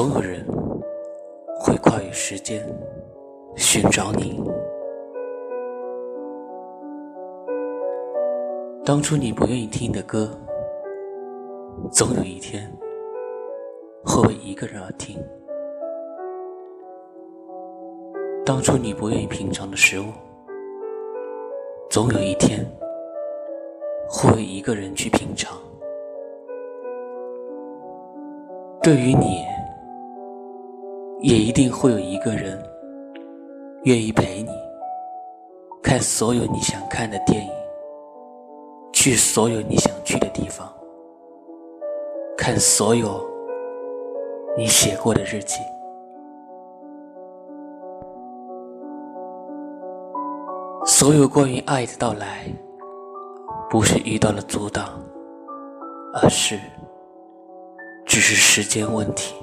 总有人会跨越时间寻找你。当初你不愿意听的歌，总有一天会为一个人而听。当初你不愿意品尝的食物，总有一天会为一个人去品尝。对于你，也一定会有一个人愿意陪你看所有你想看的电影，去所有你想去的地方，看所有你写过的日记。所有关于爱的到来，不是遇到了阻挡，而是只是时间问题。